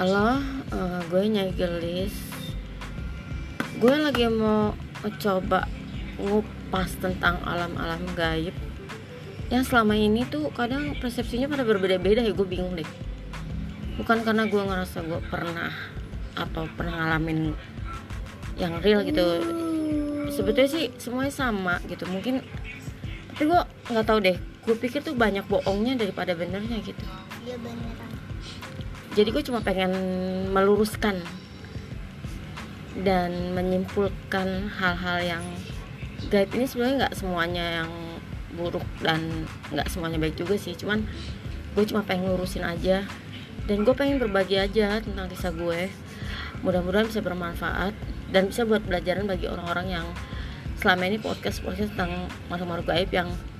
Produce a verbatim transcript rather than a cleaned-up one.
Halo, eh, gue Nyai Gelis. Gue lagi mau coba ngupas tentang alam-alam gaib yang selama ini tuh kadang persepsinya pada berbeda-beda ya. Gue bingung deh. Bukan karena gue ngerasa gue pernah atau pernah ngalamin yang real gitu. Sebetulnya sih semuanya sama gitu. Mungkin, tapi gue nggak tahu deh. Gue pikir tuh banyak bohongnya daripada benernya gitu. Iya beneran. Jadi gue cuma pengen meluruskan dan menyimpulkan hal-hal yang gaib ini sebenarnya nggak semuanya yang buruk dan nggak semuanya baik juga sih. Cuman gue cuma pengen ngurusin aja dan gue pengen berbagi aja tentang kisah gue. Mudah-mudahan bisa bermanfaat dan bisa buat pelajaran bagi orang-orang yang selama ini podcast podcast tentang makhluk-makhluk gaib yang